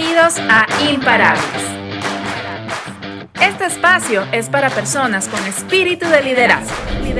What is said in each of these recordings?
Bienvenidos a Imparables. Este espacio es para personas con espíritu de liderazgo.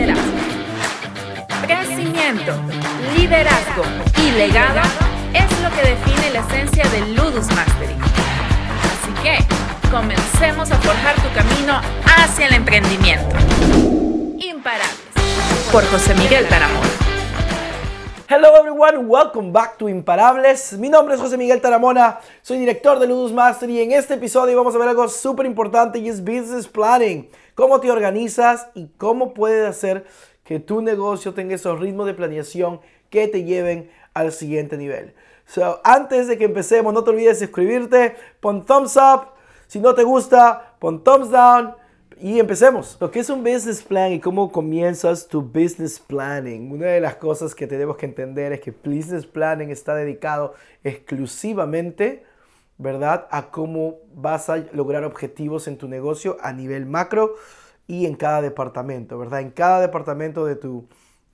Crecimiento, liderazgo y legado es lo que define la esencia del Ludus Mastery. Así que, comencemos a forjar tu camino hacia el emprendimiento. Imparables, por José Miguel Taramona. Hello everyone, welcome back to Imparables. Mi nombre es José Miguel Taramona, soy director de Ludus Mastery y en este episodio vamos a ver algo súper importante y es Business Planning. Cómo te organizas y cómo puedes hacer que tu negocio tenga esos ritmos de planeación que te lleven al siguiente nivel. Antes de que empecemos, no te olvides de suscribirte, pon thumbs up, si no te gusta, pon thumbs down. Y empecemos. Lo que es un business plan y cómo comienzas tu business planning. Una de las cosas que tenemos que entender es que business planning está dedicado exclusivamente, ¿verdad?, a cómo vas a lograr objetivos en tu negocio a nivel macro y en cada departamento, ¿verdad? En cada departamento de tu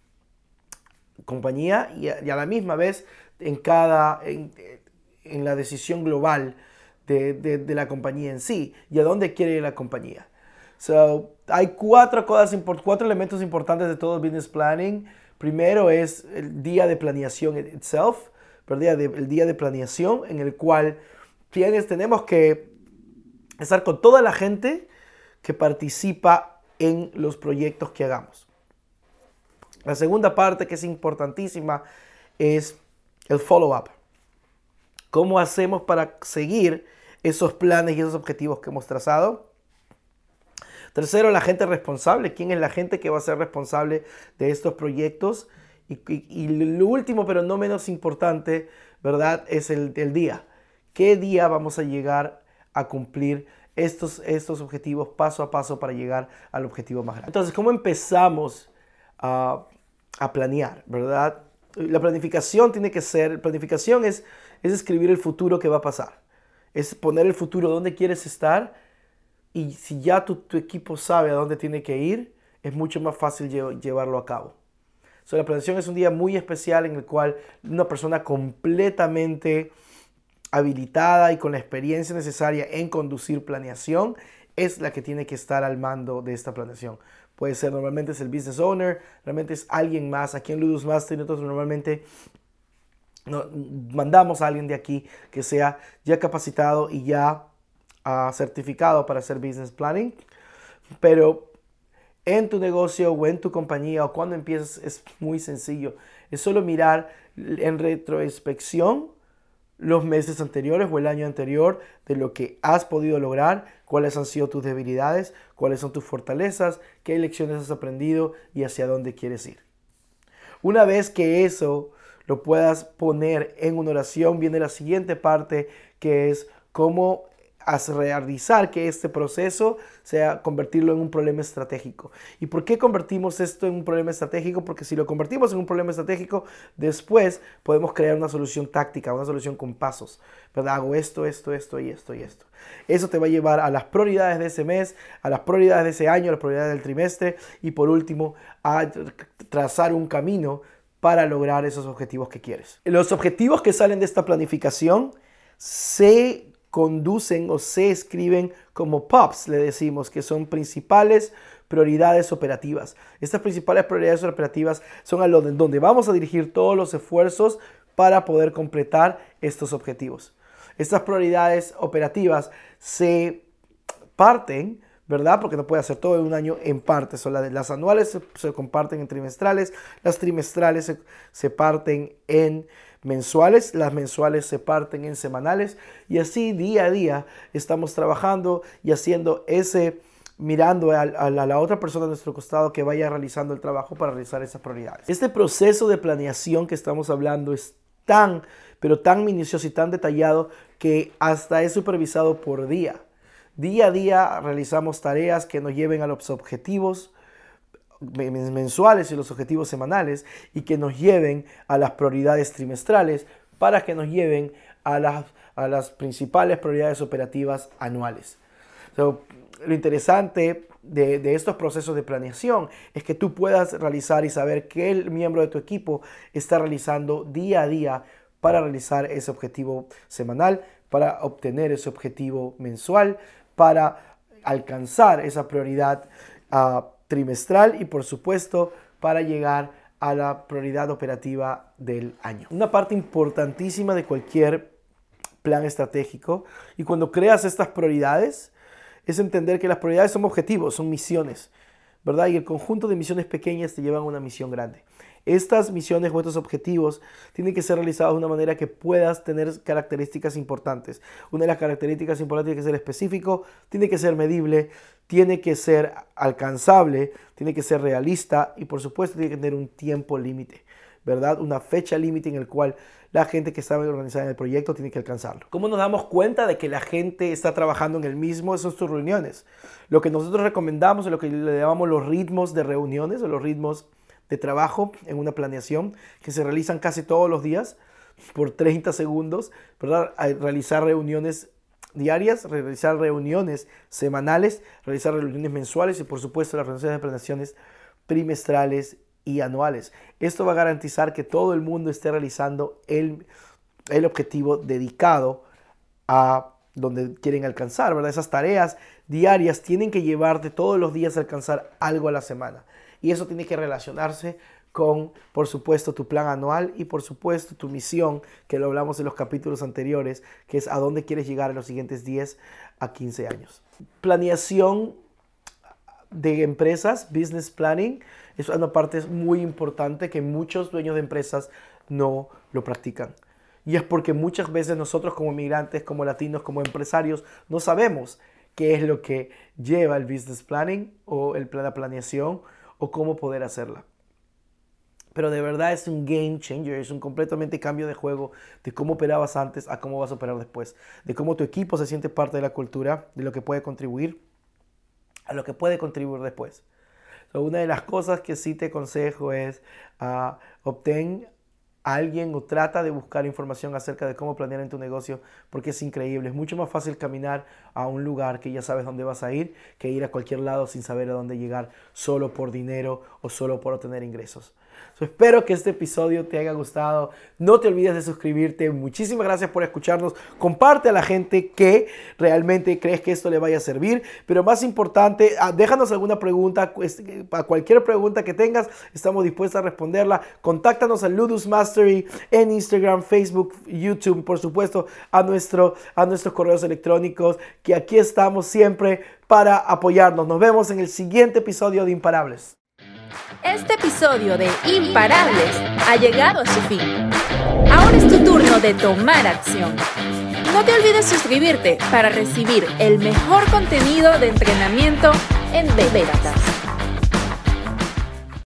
compañía y a la misma vez en la decisión global de la compañía en sí y a dónde quiere ir la compañía. Hay cuatro elementos importantes de todo business planning. Primero es el día de planeación itself, ¿verdad? El día de planeación en el cual tenemos que estar con toda la gente que participa en los proyectos que hagamos. La segunda parte, que es importantísima, es el follow-up. ¿Cómo hacemos para seguir esos planes y esos objetivos que hemos trazado? Tercero, la gente responsable. ¿Quién es la gente que va a ser responsable de estos proyectos? Y lo último, pero no menos importante, ¿verdad?, es el día. ¿Qué día vamos a llegar a cumplir estos objetivos paso a paso para llegar al objetivo más grande? Entonces, ¿cómo empezamos a planear, verdad? La planificación es escribir el futuro que va a pasar. Es poner el futuro donde quieres estar. Y si ya tu equipo sabe a dónde tiene que ir, es mucho más fácil llevarlo a cabo. La planeación es un día muy especial en el cual una persona completamente habilitada y con la experiencia necesaria en conducir planeación es la que tiene que estar al mando de esta planeación. Puede ser, normalmente es el business owner, realmente es alguien más. Aquí en Ludus Mastery nosotros normalmente mandamos a alguien de aquí que sea ya capacitado y ya certificado para hacer business planning, pero en tu negocio o en tu compañía o cuando empiezas es muy sencillo. Es solo mirar en retroinspección los meses anteriores o el año anterior de lo que has podido lograr, cuáles han sido tus debilidades, cuáles son tus fortalezas, qué lecciones has aprendido y hacia dónde quieres ir. Una vez que eso lo puedas poner en una oración, viene la siguiente parte, que es cómo realizar que este proceso convertirlo en un problema estratégico. ¿Y por qué convertimos esto en un problema estratégico? Porque si lo convertimos en un problema estratégico, después podemos crear una solución táctica, una solución con pasos, ¿verdad? Hago esto y esto y esto. Eso te va a llevar a las prioridades de ese mes, a las prioridades de ese año, a las prioridades del trimestre y por último a trazar un camino para lograr esos objetivos que quieres. Los objetivos que salen de esta planificación se conducen o se escriben como POPs, le decimos, que son principales prioridades operativas. Estas principales prioridades operativas son a donde vamos a dirigir todos los esfuerzos para poder completar estos objetivos. Estas prioridades operativas se parten, ¿verdad? Porque no puede hacer todo en un año en partes. Las anuales se comparten en trimestrales, las trimestrales se parten en mensuales, las mensuales se parten en semanales y así día a día estamos trabajando y haciendo mirando a la otra persona a nuestro costado que vaya realizando el trabajo para realizar esas prioridades. Este proceso de planeación que estamos hablando es tan minucioso y tan detallado que hasta es supervisado por día. Día a día realizamos tareas que nos lleven a los objetivos mensuales y los objetivos semanales y que nos lleven a las prioridades trimestrales para que nos lleven a las principales prioridades operativas anuales. Lo interesante de estos procesos de planeación es que tú puedas realizar y saber qué el miembro de tu equipo está realizando día a día para realizar ese objetivo semanal, para obtener ese objetivo mensual, para alcanzar esa prioridad trimestral y por supuesto para llegar a la prioridad operativa del año. Una parte importantísima de cualquier plan estratégico y cuando creas estas prioridades es entender que las prioridades son objetivos, son misiones, ¿verdad? Y el conjunto de misiones pequeñas te llevan a una misión grande. Estas misiones o estos objetivos tienen que ser realizados de una manera que puedas tener características importantes. Una de las características importantes tiene que ser específico, tiene que ser medible, tiene que ser alcanzable, tiene que ser realista y por supuesto tiene que tener un tiempo límite, ¿verdad? Una fecha límite en el cual la gente que está organizada en el proyecto tiene que alcanzarlo. ¿Cómo nos damos cuenta de que la gente está trabajando en el mismo? Son sus reuniones. Lo que nosotros recomendamos es lo que le llamamos los ritmos de reuniones o los ritmos de trabajo en una planeación que se realizan casi todos los días por 30 segundos, ¿verdad? Realizar reuniones diarias, realizar reuniones semanales, realizar reuniones mensuales y por supuesto las reuniones de planeaciones trimestrales y anuales. Esto va a garantizar que todo el mundo esté realizando el objetivo dedicado a donde quieren alcanzar, ¿verdad? Esas tareas diarias tienen que llevarte todos los días a alcanzar algo a la semana. Y eso tiene que relacionarse con, por supuesto, tu plan anual y, por supuesto, tu misión, que lo hablamos en los capítulos anteriores, que es a dónde quieres llegar en los siguientes 10 a 15 años. Planeación de empresas, business planning, es una parte muy importante que muchos dueños de empresas no lo practican. Y es porque muchas veces nosotros como migrantes, como latinos, como empresarios, no sabemos qué es lo que lleva el business planning o la planeación o cómo poder hacerla. Pero de verdad es un game changer, es un completamente cambio de juego de cómo operabas antes a cómo vas a operar después, de cómo tu equipo se siente parte de la cultura, de lo que puede contribuir a lo que puede contribuir después. Una de las cosas que sí te aconsejo es obtén a alguien o trata de buscar información acerca de cómo planear en tu negocio porque es increíble. Es mucho más fácil caminar a un lugar que ya sabes dónde vas a ir que ir a cualquier lado sin saber a dónde llegar solo por dinero o solo por obtener ingresos. Espero que este episodio te haya gustado. No te olvides de suscribirte. Muchísimas gracias por escucharnos. Comparte a la gente que realmente crees que esto le vaya a servir. Pero más importante, déjanos alguna pregunta. A cualquier pregunta que tengas, estamos dispuestos a responderla. Contáctanos a Ludus Mastery en Instagram, Facebook, YouTube, por supuesto, a nuestros correos electrónicos, que aquí estamos siempre para apoyarnos. Nos vemos en el siguiente episodio de Imparables. Este episodio de Imparables ha llegado a su fin. Ahora es tu turno de tomar acción. No te olvides suscribirte para recibir el mejor contenido de entrenamiento en ventas.